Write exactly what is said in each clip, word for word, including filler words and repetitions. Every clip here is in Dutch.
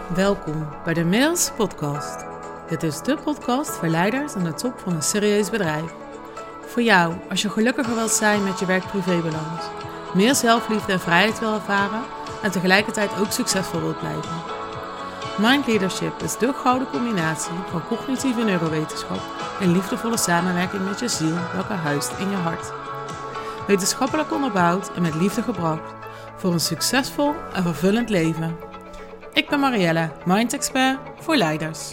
Welkom bij de Mails Podcast. Dit is de podcast voor leiders aan de top van een serieus bedrijf. Voor jou, als je gelukkiger wilt zijn met je werk-privé-balans, meer zelfliefde en vrijheid wil ervaren en tegelijkertijd ook succesvol wilt blijven. Mind Leadership is de gouden combinatie van cognitieve neurowetenschap en liefdevolle samenwerking met je ziel, welke huist in je hart. Wetenschappelijk onderbouwd en met liefde gebracht voor een succesvol en vervullend leven. Ik ben Marielle, Mind Expert voor leiders.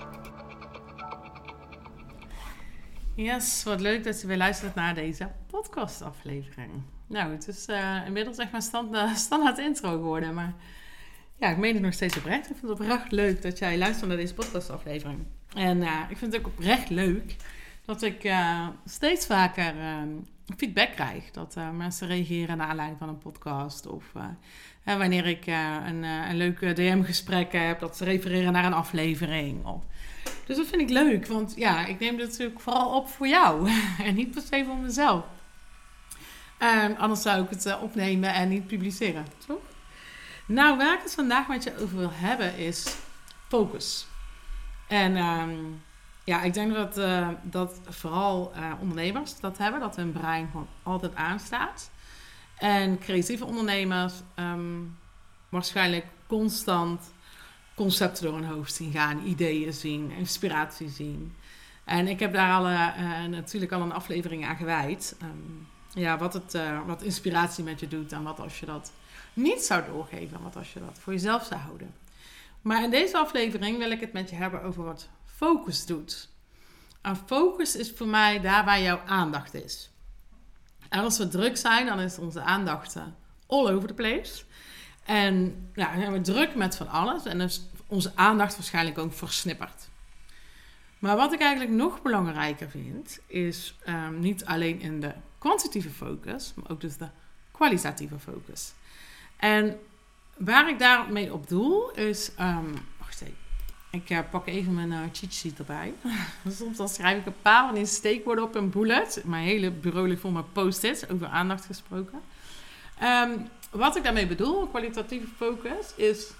Yes, wat leuk dat je weer luistert naar deze podcastaflevering. Nou, het is uh, inmiddels echt mijn stand, uh, standaard intro geworden, maar ja, ik meen het nog steeds oprecht. Ik vind het oprecht leuk dat jij luistert naar deze podcastaflevering. En uh, ik vind het ook oprecht leuk dat ik uh, steeds vaker uh, feedback krijg. Dat uh, mensen reageren naar aanleiding van een podcast of uh, uh, wanneer ik uh, een, uh, een leuk D M-gesprek heb, dat ze refereren naar een aflevering. Of... Dus dat vind ik leuk, want ja, ik neem dit natuurlijk vooral op voor jou en niet per se voor mezelf. Uh, anders zou ik het uh, opnemen en niet publiceren, toch? Nou, waar ik het vandaag met je over wil hebben is focus. En um, ja, ik denk dat, uh, dat vooral uh, ondernemers dat hebben, dat hun brein gewoon altijd aanstaat. En creatieve ondernemers um, waarschijnlijk constant concepten door hun hoofd zien gaan, ideeën zien, inspiratie zien. En ik heb daar al, uh, uh, natuurlijk al een aflevering aan gewijd. Um, ja, wat, het, uh, wat inspiratie met je doet en wat als je dat niet zou doorgeven, wat als je dat voor jezelf zou houden. Maar in deze aflevering wil ik het met je hebben over wat focus doet. En focus is voor mij daar waar jouw aandacht is. En als we druk zijn, dan is onze aandacht uh, all over the place. En ja, dan zijn we druk met van alles en is onze aandacht waarschijnlijk ook versnipperd. Maar wat ik eigenlijk nog belangrijker vind, is um, niet alleen in de kwantitatieve focus, maar ook dus de kwalitatieve focus. En waar ik daarmee op doel is... Um, wacht even. Ik uh, pak even mijn uh, cheat sheet erbij. Soms dan schrijf ik een paar van die steekwoorden op een bullet. Mijn hele bureau ligt vol met post-its, over aandacht gesproken. Um, wat ik daarmee bedoel, kwalitatieve focus, is...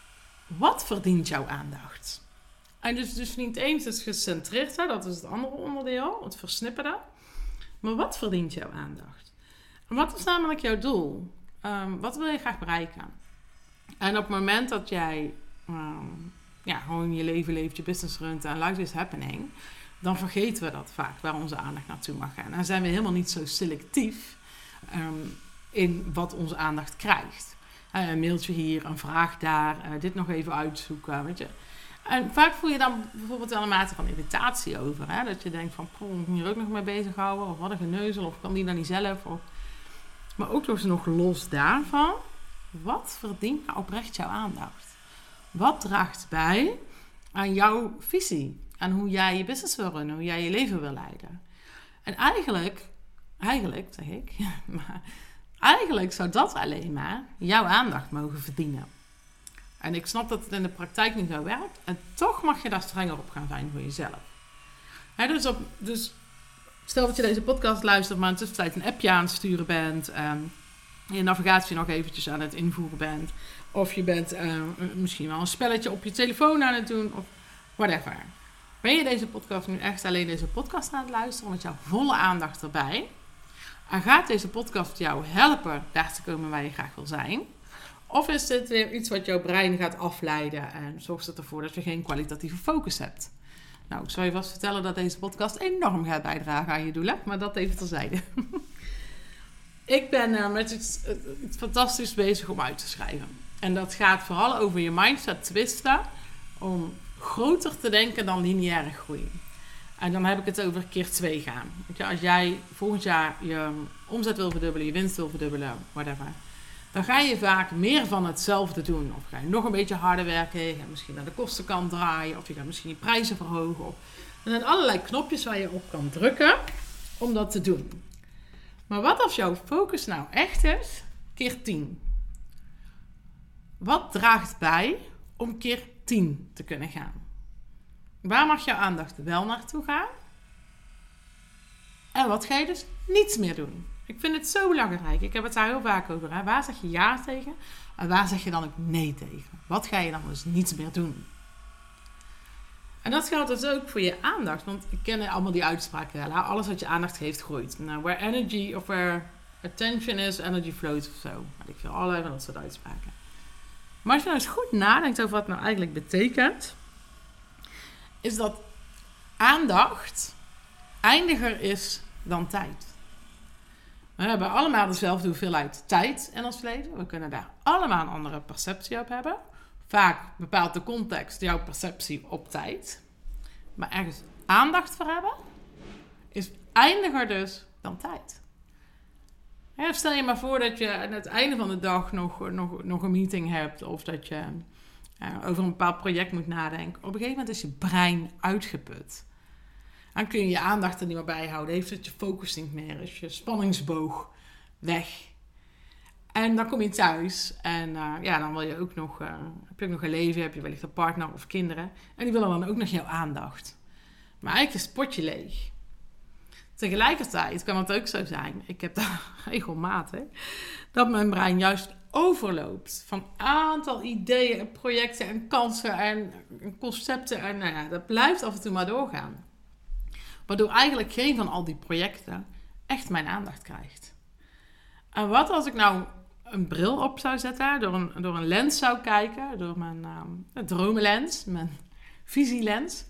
Wat verdient jouw aandacht? En dus, dus niet eens het gecentreerde, dat is het andere onderdeel, het versnipperde. Maar wat verdient jouw aandacht? En wat is namelijk jouw doel? Um, wat wil je graag bereiken? En op het moment dat jij um, ja, gewoon je leven leeft, je business runt en life is happening, dan vergeten we dat vaak, waar onze aandacht naartoe mag gaan. En dan zijn we helemaal niet zo selectief um, in wat onze aandacht krijgt. Uh, een mailtje hier, een vraag daar, uh, dit nog even uitzoeken, weet je. En vaak voel je dan bijvoorbeeld wel een mate van irritatie over. Hè? Dat je denkt van, poh, moet ik hier ook nog mee bezighouden? Of wat een geneuzel, of kan die dan niet zelf? Of... Maar ook dus nog los daarvan, wat verdient nou oprecht jouw aandacht? Wat draagt bij aan jouw visie? Aan hoe jij je business wil runnen, hoe jij je leven wil leiden? En eigenlijk, eigenlijk zeg ik, maar eigenlijk zou dat alleen maar jouw aandacht mogen verdienen. En ik snap dat het in de praktijk niet zo werkt. En toch mag je daar strenger op gaan zijn voor jezelf. He, dus, op, dus stel dat je deze podcast luistert, maar in de tussentijd een appje aan het sturen bent. Um, je navigatie nog eventjes aan het invoeren bent. Of je bent uh, misschien wel een spelletje op je telefoon aan het doen. Of whatever. Ben je deze podcast nu echt alleen deze podcast aan het luisteren met jouw volle aandacht erbij? En gaat deze podcast jou helpen daar te komen waar je graag wil zijn? Of is dit weer iets wat jouw brein gaat afleiden en zorgt het ervoor dat je geen kwalitatieve focus hebt? Nou, ik zal je vast vertellen dat deze podcast enorm gaat bijdragen aan je doelen, maar dat even terzijde. Ik ben uh, met iets, uh, iets fantastisch bezig om uit te schrijven. En dat gaat vooral over je mindset twisten om groter te denken dan lineaire groei. En dan heb ik het over keer twee gaan. Weet je, als jij volgend jaar je omzet wil verdubbelen, je winst wil verdubbelen, whatever, dan ga je vaak meer van hetzelfde doen. Of ga je nog een beetje harder werken, je gaat misschien naar de kostenkant draaien, of je gaat misschien je prijzen verhogen. Of... Er zijn allerlei knopjes waar je op kan drukken om dat te doen. Maar wat als jouw focus nou echt is, keer tien? Wat draagt bij om keer tien te kunnen gaan? Waar mag jouw aandacht wel naartoe gaan? En wat ga je dus niet meer doen? Ik vind het zo belangrijk. Ik heb het daar heel vaak over. Hè? Waar zeg je ja tegen? En waar zeg je dan ook nee tegen? Wat ga je dan dus niet meer doen? En dat geldt dus ook voor je aandacht. Want ik ken allemaal die uitspraken wel. Hè? Alles wat je aandacht geeft, groeit. Nou, where energy of where attention is, energy flows of zo. Ik vind allerlei van dat soort uitspraken. Maar als je nou eens goed nadenkt over wat nou eigenlijk betekent, is dat aandacht eindiger is dan tijd. We hebben allemaal dezelfde hoeveelheid tijd in ons leven. We kunnen daar allemaal een andere perceptie op hebben. Vaak bepaalt de context jouw perceptie op tijd. Maar ergens aandacht voor hebben is eindiger dus dan tijd. Ja, stel je maar voor dat je aan het einde van de dag nog, nog, nog een meeting hebt. Of dat je uh, over een bepaald project moet nadenken. Op een gegeven moment is je brein uitgeput. Dan kun je je aandacht er niet meer bij houden. Heeft het je focus niet meer. Is je spanningsboog weg. En dan kom je thuis. En uh, ja, dan wil je ook nog, uh, heb je ook nog een leven. Heb je wellicht een partner of kinderen. En die willen dan ook nog jouw aandacht. Maar eigenlijk is het potje leeg. Tegelijkertijd kan het ook zo zijn. Ik heb dat regelmatig. Dat mijn brein juist overloopt. Van aantal ideeën en projecten en kansen en concepten. En nou ja, dat blijft af en toe maar doorgaan. Waardoor eigenlijk geen van al die projecten echt mijn aandacht krijgt. En wat als ik nou een bril op zou zetten, door een, door een lens zou kijken, door mijn uh, dromenlens, mijn visielens.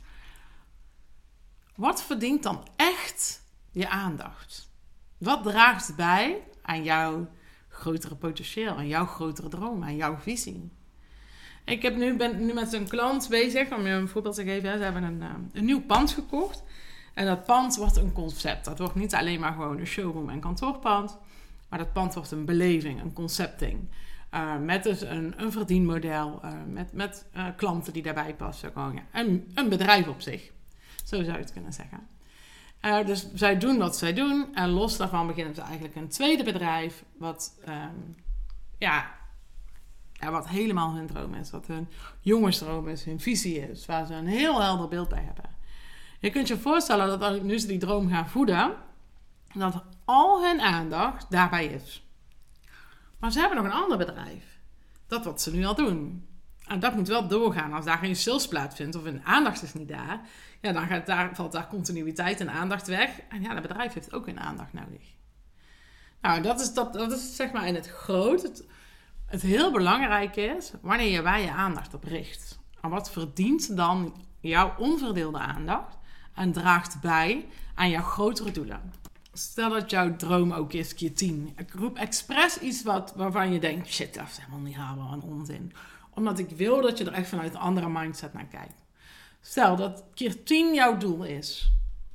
Wat verdient dan echt je aandacht? Wat draagt bij aan jouw grotere potentieel, aan jouw grotere droom, aan jouw visie? Ik heb nu, ben nu met een klant bezig, om je een voorbeeld te geven. Ze hebben een, uh, een nieuw pand gekocht. En dat pand wordt een concept. Dat wordt niet alleen maar gewoon een showroom en kantoorpand. Maar dat pand wordt een beleving, een concepting. Uh, met dus een, een verdienmodel. Uh, met met uh, klanten die daarbij passen. Gewoon, ja, een, een bedrijf op zich. Zo zou je het kunnen zeggen. Uh, dus zij doen wat zij doen. En los daarvan beginnen ze eigenlijk een tweede bedrijf. Wat, um, ja, ja, wat helemaal hun droom is. Wat hun jongensdroom is. Hun visie is. Waar ze een heel helder beeld bij hebben. Je kunt je voorstellen dat als nu ze die droom gaan voeden, dat al hun aandacht daarbij is. Maar ze hebben nog een ander bedrijf. Dat wat ze nu al doen. En dat moet wel doorgaan. Als daar geen sales plaatsvindt of hun aandacht is niet daar, ja, dan gaat daar, valt daar continuïteit en aandacht weg. En ja, dat bedrijf heeft ook hun aandacht nodig. Nou, dat is, dat, dat is zeg maar in het groot. Het, het heel belangrijk is wanneer je waar je aandacht op richt. En wat verdient dan jouw onverdeelde aandacht en draagt bij aan jouw grotere doelen? Stel dat jouw droom ook is keer tien. Ik roep expres iets wat, waarvan je denkt, shit, dat is helemaal niet haalbaar en onzin. Omdat ik wil dat je er echt vanuit een andere mindset naar kijkt. Stel dat keer tien jouw doel is.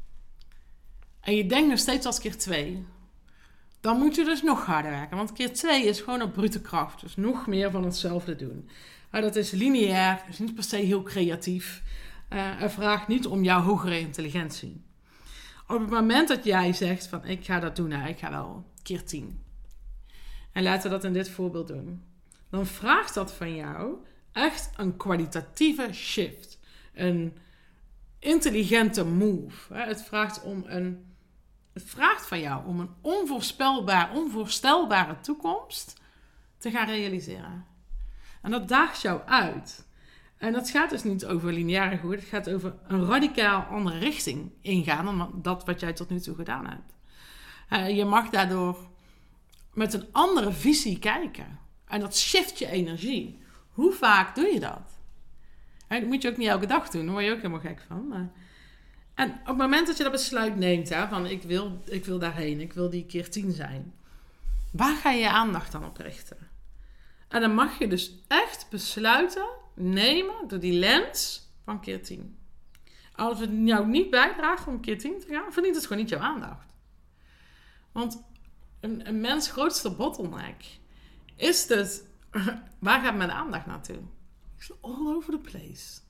En je denkt nog steeds als keer twee. Dan moet je dus nog harder werken. Want keer twee is gewoon op brute kracht. Dus nog meer van hetzelfde doen. Maar dat is lineair, is niet per se heel creatief. Uh, er vraagt niet om jouw hogere intelligentie. Op het moment dat jij zegt van ik ga dat doen, nou, ik ga wel keer tien. En laten we dat in dit voorbeeld doen. Dan vraagt dat van jou echt een kwalitatieve shift. Een intelligente move. Het vraagt, om een, het vraagt van jou om een onvoorspelbaar, onvoorstelbare toekomst te gaan realiseren. En dat daagt jou uit. En dat gaat dus niet over lineaire groei. Het gaat over een radicaal andere richting ingaan dan dat wat jij tot nu toe gedaan hebt. Uh, je mag daardoor met een andere visie kijken. En dat shift je energie. Hoe vaak doe je dat? En dat moet je ook niet elke dag doen. Daar word je ook helemaal gek van. Maar... En op het moment dat je dat besluit neemt, hè, van ik wil, ik wil daarheen, ik wil die keer tien zijn. Waar ga je je aandacht dan op richten? En dan mag je dus echt besluiten nemen door die lens van keer tien. Als het jou niet bijdraagt om keer tien te gaan, verdient het gewoon niet jouw aandacht. Want een, een mens grootste bottleneck is dus, waar gaat mijn aandacht naartoe? It's all over the place.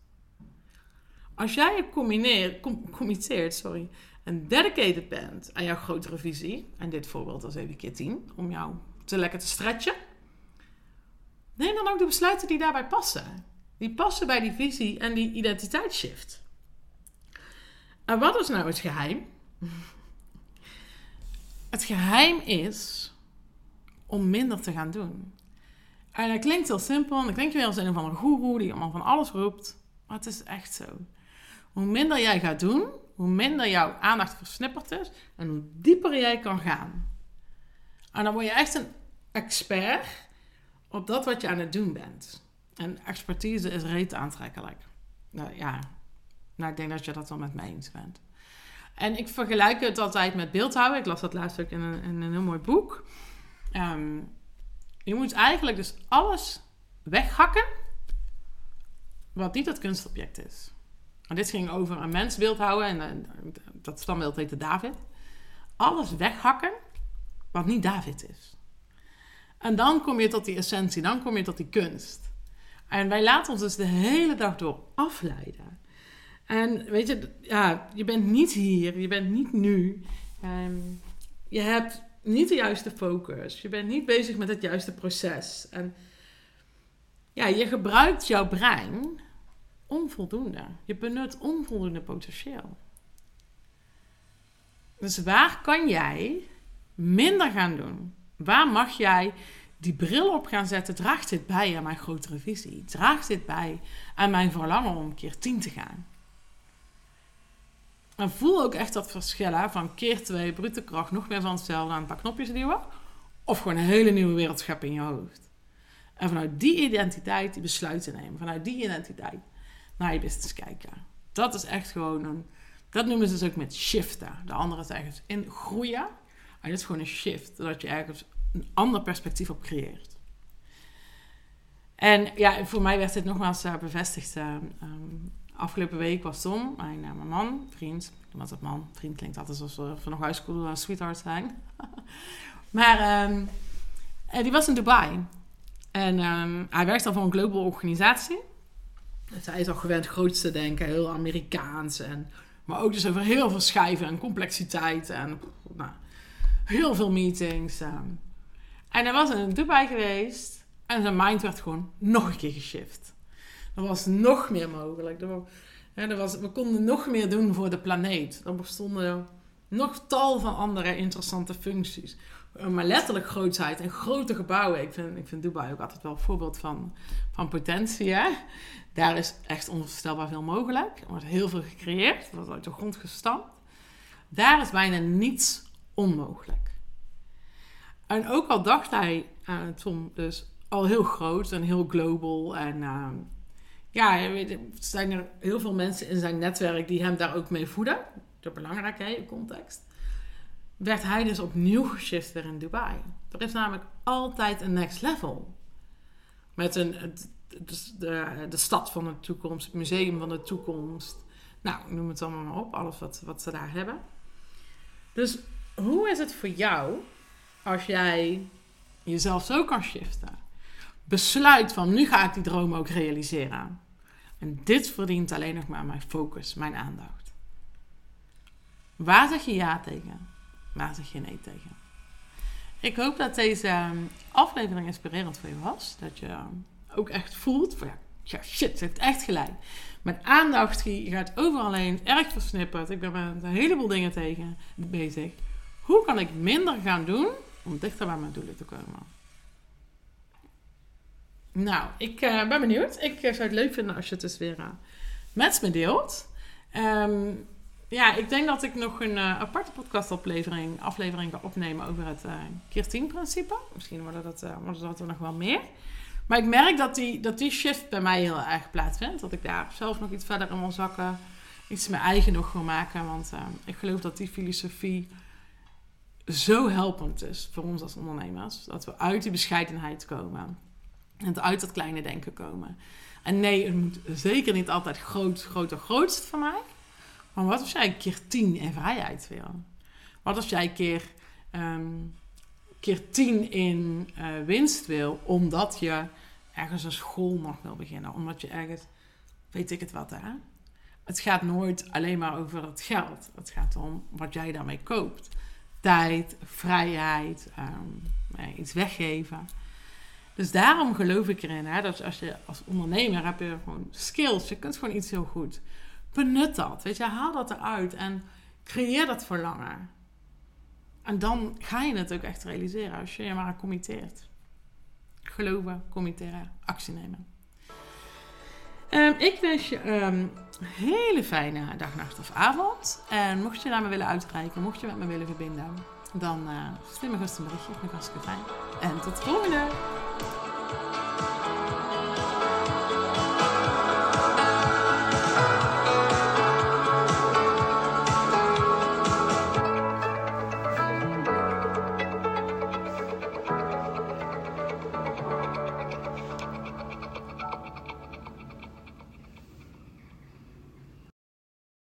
Als jij je combineert, com, committeert, sorry, en dedicated bent aan jouw grotere visie, en dit voorbeeld was even keer tien, om jou te lekker te stretchen, neem dan ook de besluiten die daarbij passen. Die passen bij die visie en die identiteitsshift. En wat is nou het geheim? het geheim is om minder te gaan doen. En dat klinkt heel simpel. En dat klinkt weer als een of andere goeroe die allemaal van alles roept. Maar het is echt zo. Hoe minder jij gaat doen, hoe minder jouw aandacht versnipperd is. En hoe dieper jij kan gaan. En dan word je echt een expert op dat wat je aan het doen bent. En expertise is reet aantrekkelijk. Nou ja, nou, ik denk dat je dat wel met mij eens bent. En ik vergelijk het altijd met beeldhouden. Ik las dat laatst ook in een, in een heel mooi boek. Um, je moet eigenlijk dus alles weghakken wat niet het kunstobject is. En dit ging over een mens beeldhouden. En uh, dat standbeeld heette David. Alles weghakken wat niet David is. En dan kom je tot die essentie. Dan kom je tot die kunst. En wij laten ons dus de hele dag door afleiden. En weet je, ja, je bent niet hier. Je bent niet nu. Um, je hebt niet de juiste focus. Je bent niet bezig met het juiste proces. En ja, je gebruikt jouw brein onvoldoende. Je benut onvoldoende potentieel. Dus waar kan jij minder gaan doen? Waar mag jij die bril op gaan zetten? Draagt dit bij aan mijn grotere visie? Draagt dit bij aan mijn verlangen om keer tien te gaan? En voel ook echt dat verschil hè, van keer twee, brute kracht, nog meer van hetzelfde aan een paar knopjes duwen. Of gewoon een hele nieuwe wereld scheppen in je hoofd. En vanuit die identiteit die besluiten nemen. Vanuit die identiteit naar je business kijken. Dat is echt gewoon een... Dat noemen ze dus ook met shiften. De andere is ergens in groeien. En dit is gewoon een shift. Dat je ergens een ander perspectief op creëert. En ja, voor mij werd dit nogmaals uh, bevestigd. Uh, um, afgelopen week was Tom, mijn, uh, mijn man, vriend. Ik noem altijd man. Vriend klinkt altijd alsof we nog high school uh, sweethearts zijn. maar um, uh, die was in Dubai. En um, hij werkt al voor een global organisatie. Dus hij is al gewend groot te denken. Heel Amerikaans. En, maar ook dus over heel veel schijven en complexiteit. En nou, heel veel meetings. Um. En hij was in Dubai geweest. En zijn mind werd gewoon nog een keer geshift. Er was nog meer mogelijk. Er was, hè, er was, we konden nog meer doen voor de planeet. Er bestonden nog tal van andere interessante functies. Maar letterlijk grootsheid en grote gebouwen. Ik vind, ik vind Dubai ook altijd wel een voorbeeld van, van potentie. Hè? Daar is echt onvoorstelbaar veel mogelijk. Er wordt heel veel gecreëerd. Er wordt uit de grond gestampt. Daar is bijna niets onmogelijk. En ook al dacht hij, uh, Tom, dus al heel groot en heel global. En uh, ja, er zijn er heel veel mensen in zijn netwerk die hem daar ook mee voeden. Dat is belangrijk, hè, in context. Werd hij dus opnieuw geshift weer in Dubai. Er is namelijk altijd een next level. Met een, de, de, de stad van de toekomst, het museum van de toekomst. Nou, noem het allemaal maar op, alles wat, wat ze daar hebben. Dus hoe is het voor jou als jij jezelf zo kan shiften? Besluit van, nu ga ik die droom ook realiseren. En dit verdient alleen nog maar mijn focus, mijn aandacht. Waar zeg je ja tegen? Waar zeg je nee tegen? Ik hoop dat deze aflevering inspirerend voor je was. Dat je ook echt voelt van ja, ja shit, ze heeft echt gelijk. Mijn aandacht je gaat overal heen, erg versnipperd. Ik ben met een heleboel dingen tegen bezig. Hoe kan ik minder gaan doen om dichter bij mijn doelen te komen? Nou, ik uh, ben benieuwd. Ik zou het leuk vinden als je het dus weer uh, met me deelt. Um, Ja, ik denk dat ik nog een uh, aparte podcastaflevering aflevering ga opnemen over het uh, keer tien principe. Misschien worden dat, uh, worden dat er nog wel meer. Maar ik merk dat die, dat die shift bij mij heel erg plaatsvindt. Dat ik daar zelf nog iets verder in wil zakken. Iets mijn eigen nog wil maken. Want uh, ik geloof dat die filosofie zo helpend is voor ons als ondernemers. Dat we uit die bescheidenheid komen. En uit dat kleine denken komen. En nee, het moet zeker niet altijd groot, groot en grootst van mij. Maar wat als jij keer tien in vrijheid wil? Wat als jij keer, um, keer tien in uh, winst wil, omdat je ergens een school nog wil beginnen? Omdat je ergens, weet ik het wat hè? Het gaat nooit alleen maar over het geld. Het gaat om wat jij daarmee koopt. Tijd, vrijheid, um, iets weggeven. Dus daarom geloof ik erin, hè, dat als je als ondernemer heb je gewoon skills. Je kunt gewoon iets heel goed. Benut dat, weet je, haal dat eruit en creëer dat verlangen. En dan ga je het ook echt realiseren als je je maar committeert. Geloven, committeren, actie nemen. Um, ik wens je een hele fijne dag, nacht of avond. En mocht je naar me willen uitreiken, mocht je met me willen verbinden, dan uh, stuur me gerust een berichtje. Dat vind ik hartstikke fijn. En tot de volgende!